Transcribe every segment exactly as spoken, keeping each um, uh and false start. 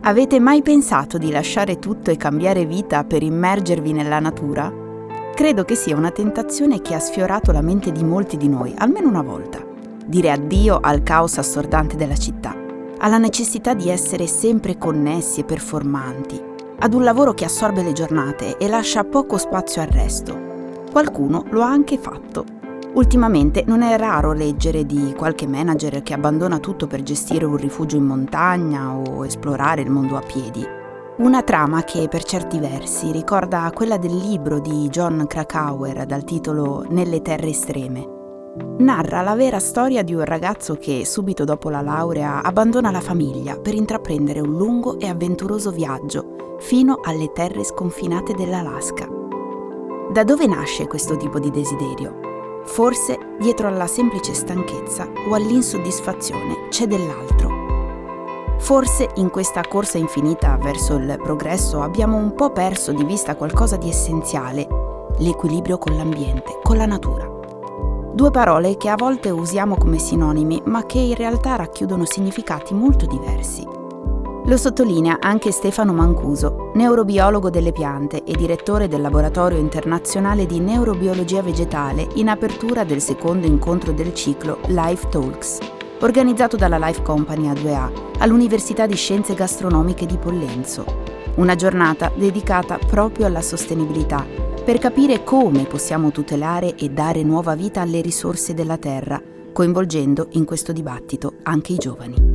Avete mai pensato di lasciare tutto e cambiare vita per immergervi nella natura? Credo che sia una tentazione che ha sfiorato la mente di molti di noi, almeno una volta. Dire addio al caos assordante della città, alla necessità di essere sempre connessi e performanti, ad un lavoro che assorbe le giornate e lascia poco spazio al resto. Qualcuno lo ha anche fatto. Ultimamente non è raro leggere di qualche manager che abbandona tutto per gestire un rifugio in montagna o esplorare il mondo a piedi. Una trama che per certi versi ricorda quella del libro di Jon Krakauer dal titolo Nelle terre estreme. Narra la vera storia di un ragazzo che subito dopo la laurea abbandona la famiglia per intraprendere un lungo e avventuroso viaggio fino alle terre sconfinate dell'Alaska. Da dove nasce questo tipo di desiderio? Forse dietro alla semplice stanchezza o all'insoddisfazione c'è dell'altro. Forse in questa corsa infinita verso il progresso abbiamo un po' perso di vista qualcosa di essenziale, l'equilibrio con l'ambiente, con la natura. Due parole che a volte usiamo come sinonimi, ma che in realtà racchiudono significati molto diversi. Lo sottolinea anche Stefano Mancuso, neurobiologo delle piante e direttore del Laboratorio Internazionale di Neurobiologia Vegetale, in apertura del secondo incontro del ciclo Life Talks, organizzato dalla Life Company A due A all'Università di Scienze Gastronomiche di Pollenzo. Una giornata dedicata proprio alla sostenibilità, per capire come possiamo tutelare e dare nuova vita alle risorse della terra, coinvolgendo in questo dibattito anche i giovani.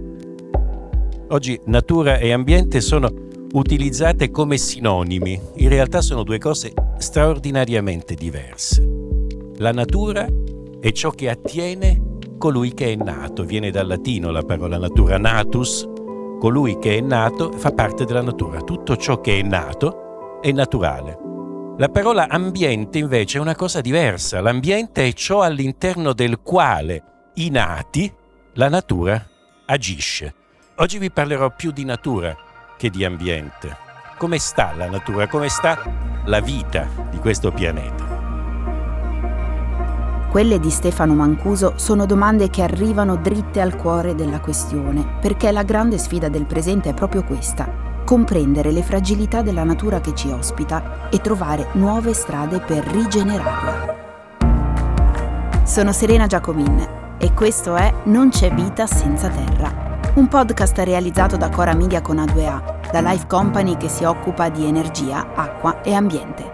Oggi natura e ambiente sono utilizzate come sinonimi. In realtà sono due cose straordinariamente diverse. La natura è ciò che attiene colui che è nato. Viene dal latino la parola natura, natus. Colui che è nato fa parte della natura. Tutto ciò che è nato è naturale. La parola ambiente invece è una cosa diversa. L'ambiente è ciò all'interno del quale i nati, la natura, agisce. Oggi vi parlerò più di natura che di ambiente. Come sta la natura? Come sta la vita di questo pianeta? Quelle di Stefano Mancuso sono domande che arrivano dritte al cuore della questione, perché la grande sfida del presente è proprio questa: comprendere le fragilità della natura che ci ospita e trovare nuove strade per rigenerarla. Sono Serena Giacomin e questo è Non c'è vita senza terra. Un podcast realizzato da Cora Media con A due A, la Life Company che si occupa di energia, acqua e ambiente.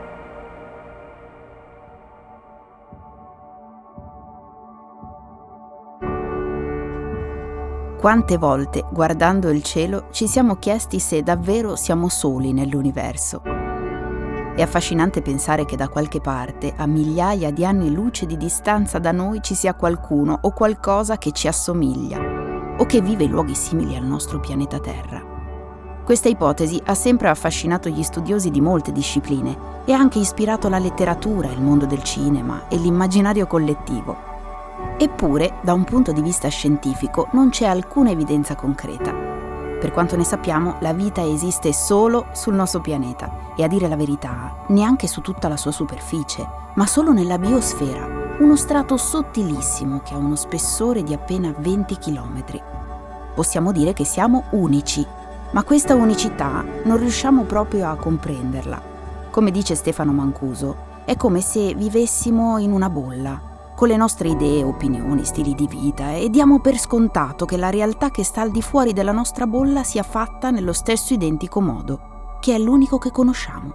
Quante volte, guardando il cielo, ci siamo chiesti se davvero siamo soli nell'universo. È affascinante pensare che da qualche parte, a migliaia di anni luce di distanza da noi, ci sia qualcuno o qualcosa che ci assomiglia o che vive in luoghi simili al nostro pianeta Terra. Questa ipotesi ha sempre affascinato gli studiosi di molte discipline e ha anche ispirato la letteratura, il mondo del cinema e l'immaginario collettivo. Eppure, da un punto di vista scientifico, non c'è alcuna evidenza concreta. Per quanto ne sappiamo, la vita esiste solo sul nostro pianeta e, a dire la verità, neanche su tutta la sua superficie, ma solo nella biosfera, uno strato sottilissimo che ha uno spessore di appena venti chilometri. Possiamo dire che siamo unici, ma questa unicità non riusciamo proprio a comprenderla. Come dice Stefano Mancuso, è come se vivessimo in una bolla, con le nostre idee, opinioni, stili di vita, e diamo per scontato che la realtà che sta al di fuori della nostra bolla sia fatta nello stesso identico modo, che è l'unico che conosciamo.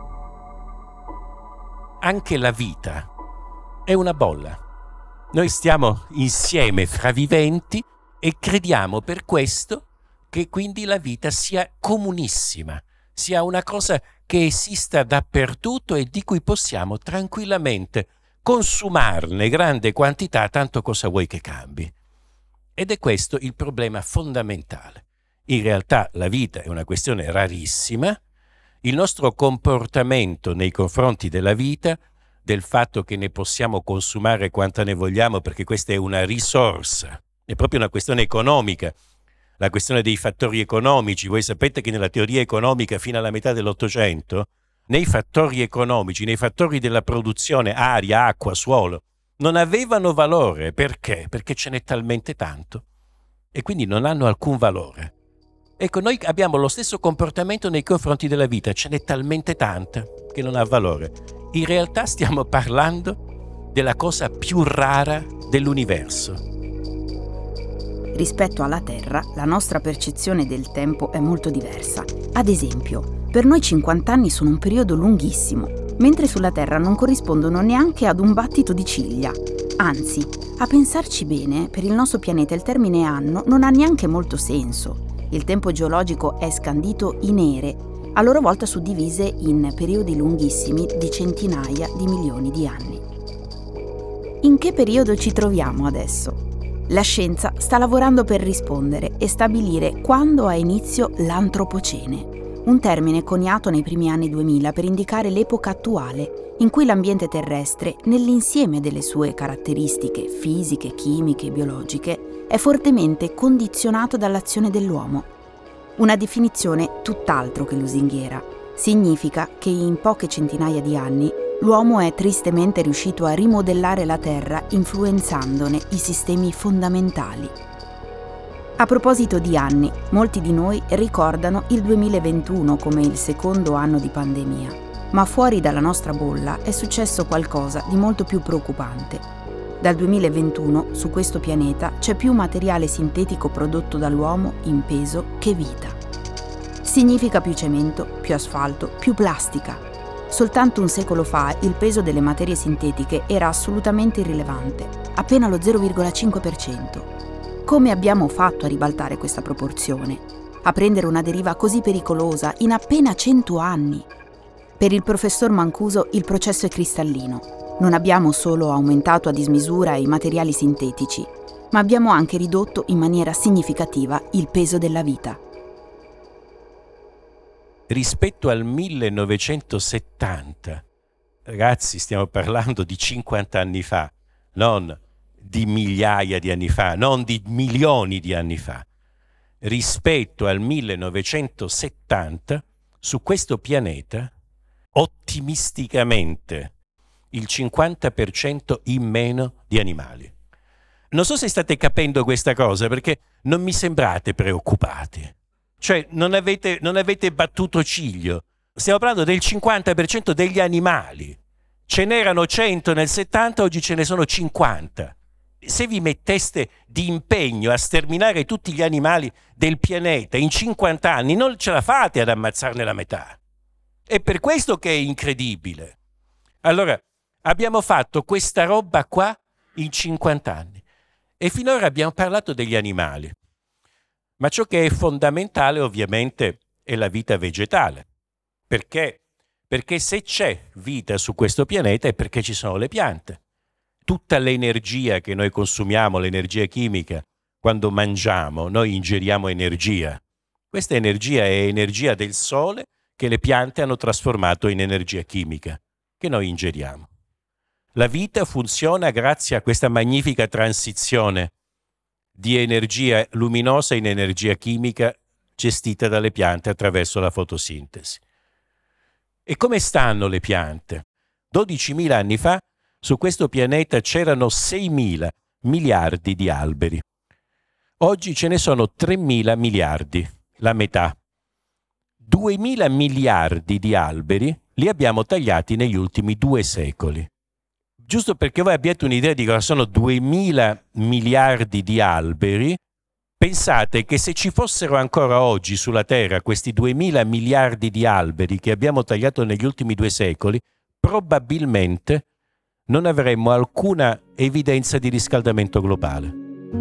Anche la vita è una bolla. Noi stiamo insieme fra viventi e crediamo per questo che quindi la vita sia comunissima, sia una cosa che esista dappertutto e di cui possiamo tranquillamente consumarne grande quantità, tanto cosa vuoi che cambi. Ed è questo il problema fondamentale. In realtà la vita è una questione rarissima. Il nostro comportamento nei confronti della vita, del fatto che ne possiamo consumare quanta ne vogliamo perché questa è una risorsa, è proprio una questione economica, la questione dei fattori economici. Voi sapete che nella teoria economica fino alla metà dell'Ottocento, nei fattori economici, nei fattori della produzione, aria, acqua, suolo, non avevano valore. Perché? Perché ce n'è talmente tanto e quindi non hanno alcun valore. Ecco, noi abbiamo lo stesso comportamento nei confronti della vita, ce n'è talmente tanta che non ha valore. In realtà stiamo parlando della cosa più rara dell'universo. Rispetto alla Terra, la nostra percezione del tempo è molto diversa. Ad esempio, per noi cinquanta anni sono un periodo lunghissimo, mentre sulla Terra non corrispondono neanche ad un battito di ciglia. Anzi, a pensarci bene, per il nostro pianeta il termine anno non ha neanche molto senso. Il tempo geologico è scandito in ere, a loro volta suddivise in periodi lunghissimi di centinaia di milioni di anni. In che periodo ci troviamo adesso? La scienza sta lavorando per rispondere e stabilire quando ha inizio l'antropocene, un termine coniato nei primi anni duemila per indicare l'epoca attuale, in cui l'ambiente terrestre, nell'insieme delle sue caratteristiche fisiche, chimiche e biologiche, è fortemente condizionato dall'azione dell'uomo. Una definizione tutt'altro che lusinghiera. Significa che in poche centinaia di anni l'uomo è tristemente riuscito a rimodellare la Terra influenzandone i sistemi fondamentali. A proposito di anni, molti di noi ricordano il duemilaventuno come il secondo anno di pandemia, ma fuori dalla nostra bolla è successo qualcosa di molto più preoccupante. Dal duemilaventuno su questo pianeta c'è più materiale sintetico prodotto dall'uomo in peso che vita. Significa più cemento, più asfalto, più plastica. Soltanto un secolo fa il peso delle materie sintetiche era assolutamente irrilevante, appena lo zero virgola cinque per cento. Come abbiamo fatto a ribaltare questa proporzione? A prendere una deriva così pericolosa in appena cento anni? Per il professor Mancuso il processo è cristallino. Non abbiamo solo aumentato a dismisura i materiali sintetici, ma abbiamo anche ridotto in maniera significativa il peso della vita. Rispetto al millenovecentosettanta, ragazzi, stiamo parlando di cinquanta anni fa, non di migliaia di anni fa, non di milioni di anni fa. Rispetto al millenovecentosettanta, su questo pianeta, ottimisticamente, il cinquanta per cento in meno di animali. Non so se state capendo questa cosa, perché non mi sembrate preoccupati. Cioè, non avete, non avete battuto ciglio. Stiamo parlando del cinquanta per cento degli animali. Ce n'erano cento nel settanta, oggi ce ne sono cinquanta. Se vi metteste di impegno a sterminare tutti gli animali del pianeta in cinquanta anni, non ce la fate ad ammazzarne la metà. È per questo che è incredibile. Allora, abbiamo fatto questa roba qua in cinquanta anni. E finora abbiamo parlato degli animali. Ma ciò che è fondamentale ovviamente è la vita vegetale. Perché? Perché se c'è vita su questo pianeta è perché ci sono le piante. Tutta l'energia che noi consumiamo, l'energia chimica, quando mangiamo, noi ingeriamo energia. Questa energia è energia del sole che le piante hanno trasformato in energia chimica, che noi ingeriamo. La vita funziona grazie a questa magnifica transizione di energia luminosa in energia chimica gestita dalle piante attraverso la fotosintesi. E come stanno le piante? dodicimila anni fa su questo pianeta c'erano seimila miliardi di alberi. Oggi ce ne sono tremila miliardi, la metà. duemila miliardi di alberi li abbiamo tagliati negli ultimi due secoli. Giusto perché voi abbiate un'idea di cosa sono duemila miliardi di alberi, pensate che se ci fossero ancora oggi sulla Terra questi duemila miliardi di alberi che abbiamo tagliato negli ultimi due secoli, probabilmente non avremmo alcuna evidenza di riscaldamento globale.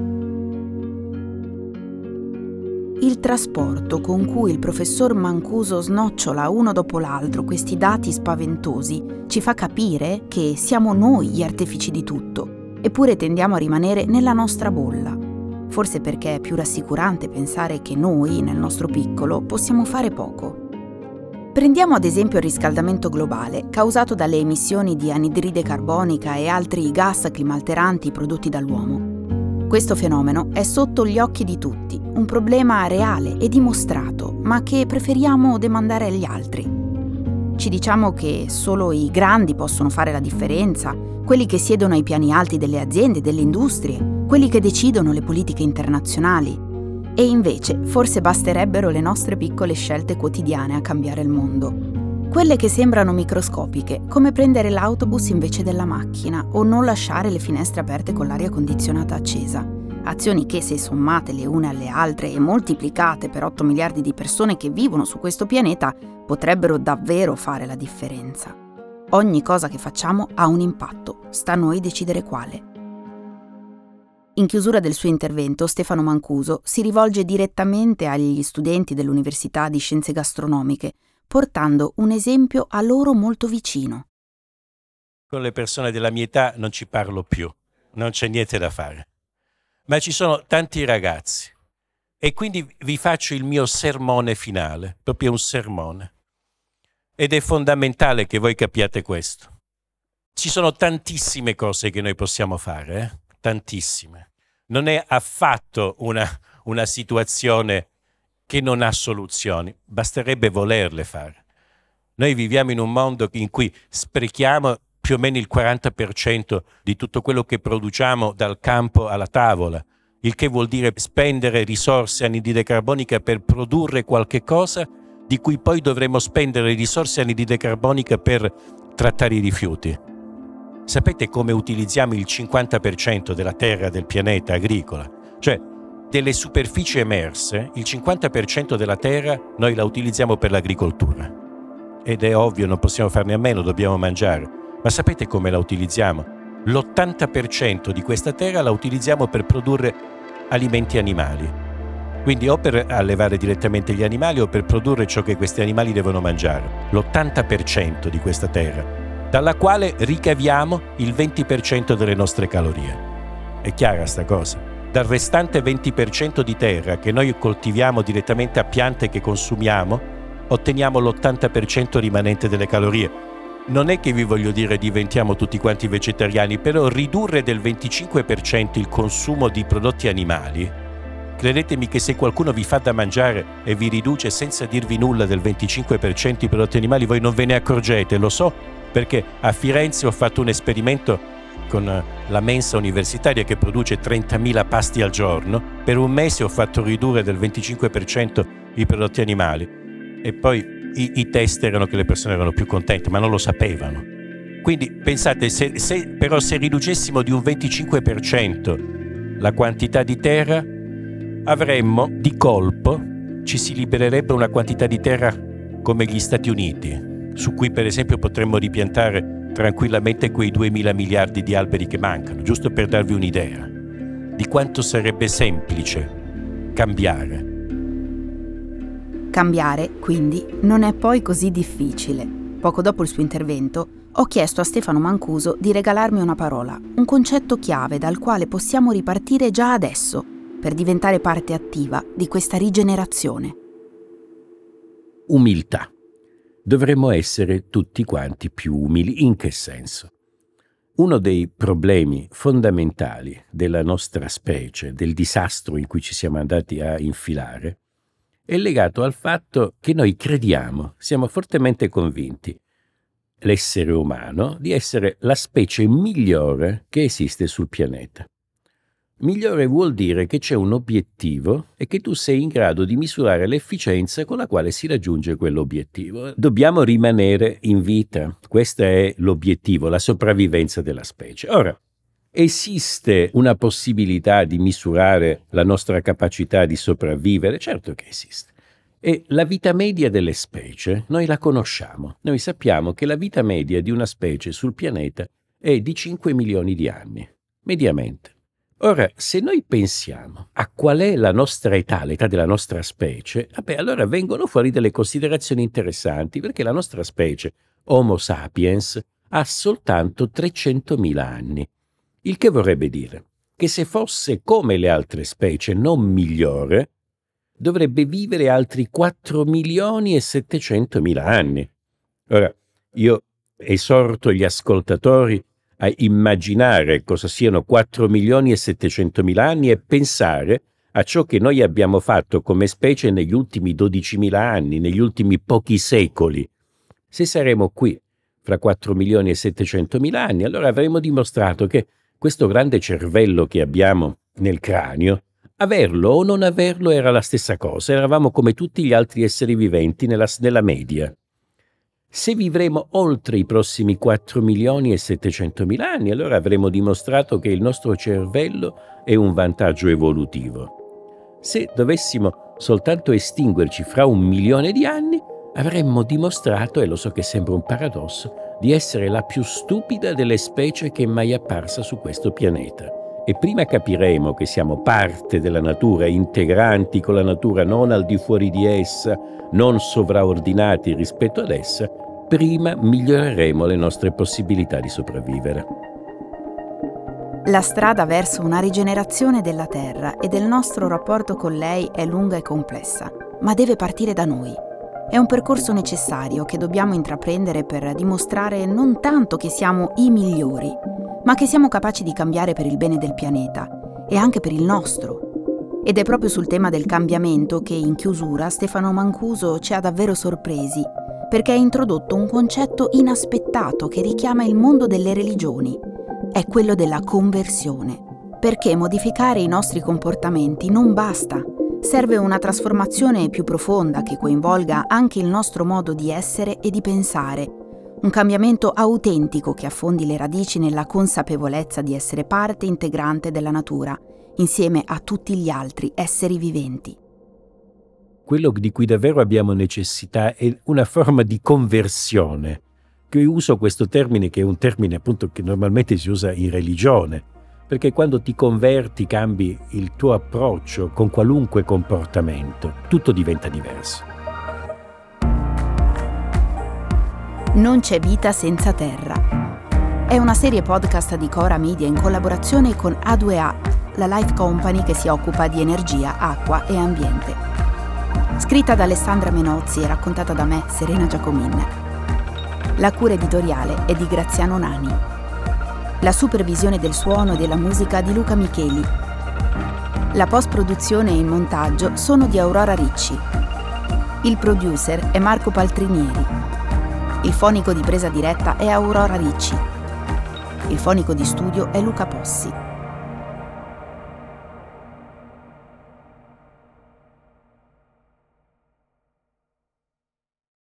Il trasporto con cui il professor Mancuso snocciola uno dopo l'altro questi dati spaventosi ci fa capire che siamo noi gli artefici di tutto, eppure tendiamo a rimanere nella nostra bolla. Forse perché è più rassicurante pensare che noi, nel nostro piccolo, possiamo fare poco. Prendiamo ad esempio il riscaldamento globale, causato dalle emissioni di anidride carbonica e altri gas climalteranti prodotti dall'uomo. Questo fenomeno è sotto gli occhi di tutti, un problema reale e dimostrato, ma che preferiamo demandare agli altri. Ci diciamo che solo i grandi possono fare la differenza, quelli che siedono ai piani alti delle aziende e delle industrie, quelli che decidono le politiche internazionali. E invece, forse basterebbero le nostre piccole scelte quotidiane a cambiare il mondo. Quelle che sembrano microscopiche, come prendere l'autobus invece della macchina o non lasciare le finestre aperte con l'aria condizionata accesa. Azioni che, se sommate le une alle altre e moltiplicate per otto miliardi di persone che vivono su questo pianeta, potrebbero davvero fare la differenza. Ogni cosa che facciamo ha un impatto, sta a noi decidere quale. In chiusura del suo intervento, Stefano Mancuso si rivolge direttamente agli studenti dell'Università di Scienze Gastronomiche, portando un esempio a loro molto vicino. Con le persone della mia età non ci parlo più, non c'è niente da fare. Ma ci sono tanti ragazzi e quindi vi faccio il mio sermone finale, proprio un sermone. Ed è fondamentale che voi capiate questo. Ci sono tantissime cose che noi possiamo fare, eh? Tantissime. Non è affatto una, una situazione che non ha soluzioni, basterebbe volerle fare. Noi viviamo in un mondo in cui sprechiamo più o meno il quaranta per cento di tutto quello che produciamo dal campo alla tavola, il che vuol dire spendere risorse anidride carbonica per produrre qualche cosa di cui poi dovremo spendere risorse anidride carbonica per trattare i rifiuti. Sapete come utilizziamo il cinquanta per cento della terra del pianeta agricola? Cioè, delle superfici emerse, il cinquanta per cento della terra noi la utilizziamo per l'agricoltura. Ed è ovvio, non possiamo farne a meno, dobbiamo mangiare. Ma sapete come la utilizziamo? L'ottanta per cento di questa terra la utilizziamo per produrre alimenti animali. Quindi o per allevare direttamente gli animali o per produrre ciò che questi animali devono mangiare. L'ottanta per cento di questa terra, dalla quale ricaviamo il venti per cento delle nostre calorie. È chiara sta cosa? Dal restante venti per cento di terra che noi coltiviamo direttamente a piante che consumiamo, otteniamo l'ottanta per cento rimanente delle calorie. Non è che vi voglio dire diventiamo tutti quanti vegetariani, però ridurre del venticinque per cento il consumo di prodotti animali, credetemi che se qualcuno vi fa da mangiare e vi riduce senza dirvi nulla del venticinque per cento i prodotti animali, voi non ve ne accorgete, lo so, perché a Firenze ho fatto un esperimento con la mensa universitaria che produce trentamila pasti al giorno. Per un mese ho fatto ridurre del venticinque per cento i prodotti animali e poi i, i test erano che le persone erano più contente, ma non lo sapevano. Quindi pensate, se, se, però se riducessimo di un venticinque per cento la quantità di terra, avremmo di colpo, ci si libererebbe una quantità di terra come gli Stati Uniti, su cui per esempio potremmo ripiantare tranquillamente quei duemila miliardi di alberi che mancano, giusto per darvi un'idea di quanto sarebbe semplice cambiare. Cambiare, quindi, non è poi così difficile. Poco dopo il suo intervento, ho chiesto a Stefano Mancuso di regalarmi una parola, un concetto chiave dal quale possiamo ripartire già adesso per diventare parte attiva di questa rigenerazione. Umiltà. Dovremmo essere tutti quanti più umili. In che senso? Uno dei problemi fondamentali della nostra specie, del disastro in cui ci siamo andati a infilare, è legato al fatto che noi crediamo, siamo fortemente convinti, l'essere umano, di essere la specie migliore che esiste sul pianeta. Migliore vuol dire che c'è un obiettivo e che tu sei in grado di misurare l'efficienza con la quale si raggiunge quell'obiettivo. Dobbiamo rimanere in vita, questo è l'obiettivo, la sopravvivenza della specie. Ora, esiste una possibilità di misurare la nostra capacità di sopravvivere? Certo che esiste. E la vita media delle specie, noi la conosciamo. Noi sappiamo che la vita media di una specie sul pianeta è di cinque milioni di anni, mediamente. Ora, se noi pensiamo a qual è la nostra età, l'età della nostra specie, vabbè, allora vengono fuori delle considerazioni interessanti, perché la nostra specie, Homo sapiens, ha soltanto trecentomila anni. Il che vorrebbe dire che se fosse come le altre specie, non migliore, dovrebbe vivere altri quattro milioni e settecentomila anni. Ora, io esorto gli ascoltatori a immaginare cosa siano quattro milioni e settecentomila anni e pensare a ciò che noi abbiamo fatto come specie negli ultimi dodicimila anni, negli ultimi pochi secoli. Se saremo qui fra quattro milioni e settecentomila anni, allora avremo dimostrato che questo grande cervello che abbiamo nel cranio Averlo o non averlo era la stessa cosa, eravamo come tutti gli altri esseri viventi nella, nella media. Se vivremo oltre i prossimi quattro milioni e settecentomila anni, allora avremo dimostrato che il nostro cervello è un vantaggio evolutivo. Se dovessimo soltanto estinguerci fra un milione di anni, avremmo dimostrato, e lo so che sembra un paradosso, di essere la più stupida delle specie che è mai apparsa su questo pianeta. E prima capiremo che siamo parte della natura, integranti con la natura, non al di fuori di essa, non sovraordinati rispetto ad essa, prima miglioreremo le nostre possibilità di sopravvivere. La strada verso una rigenerazione della Terra e del nostro rapporto con lei è lunga e complessa, ma deve partire da noi. È un percorso necessario che dobbiamo intraprendere per dimostrare non tanto che siamo i migliori, ma che siamo capaci di cambiare per il bene del pianeta e anche per il nostro. Ed è proprio sul tema del cambiamento che in chiusura Stefano Mancuso ci ha davvero sorpresi, perché ha introdotto un concetto inaspettato che richiama il mondo delle religioni. È quello della conversione, perché modificare i nostri comportamenti non basta. Serve una trasformazione più profonda che coinvolga anche il nostro modo di essere e di pensare. Un cambiamento autentico che affondi le radici nella consapevolezza di essere parte integrante della natura, insieme a tutti gli altri esseri viventi. Quello di cui davvero abbiamo necessità è una forma di conversione. Che io uso questo termine, che è un termine appunto che normalmente si usa in religione, perché quando ti converti cambi il tuo approccio con qualunque comportamento, tutto diventa diverso. Non c'è vita senza terra. È una serie podcast di Cora Media in collaborazione con A due A, la life company che si occupa di energia, acqua e ambiente. Scritta da Alessandra Menozzi e raccontata da me, Serena Giacomin. La cura editoriale è di Graziano Nani. La supervisione del suono e della musica di Luca Micheli. La post-produzione e il montaggio sono di Aurora Ricci. Il producer è Marco Paltrinieri. Il fonico di presa diretta è Aurora Ricci. Il fonico di studio è Luca Possi.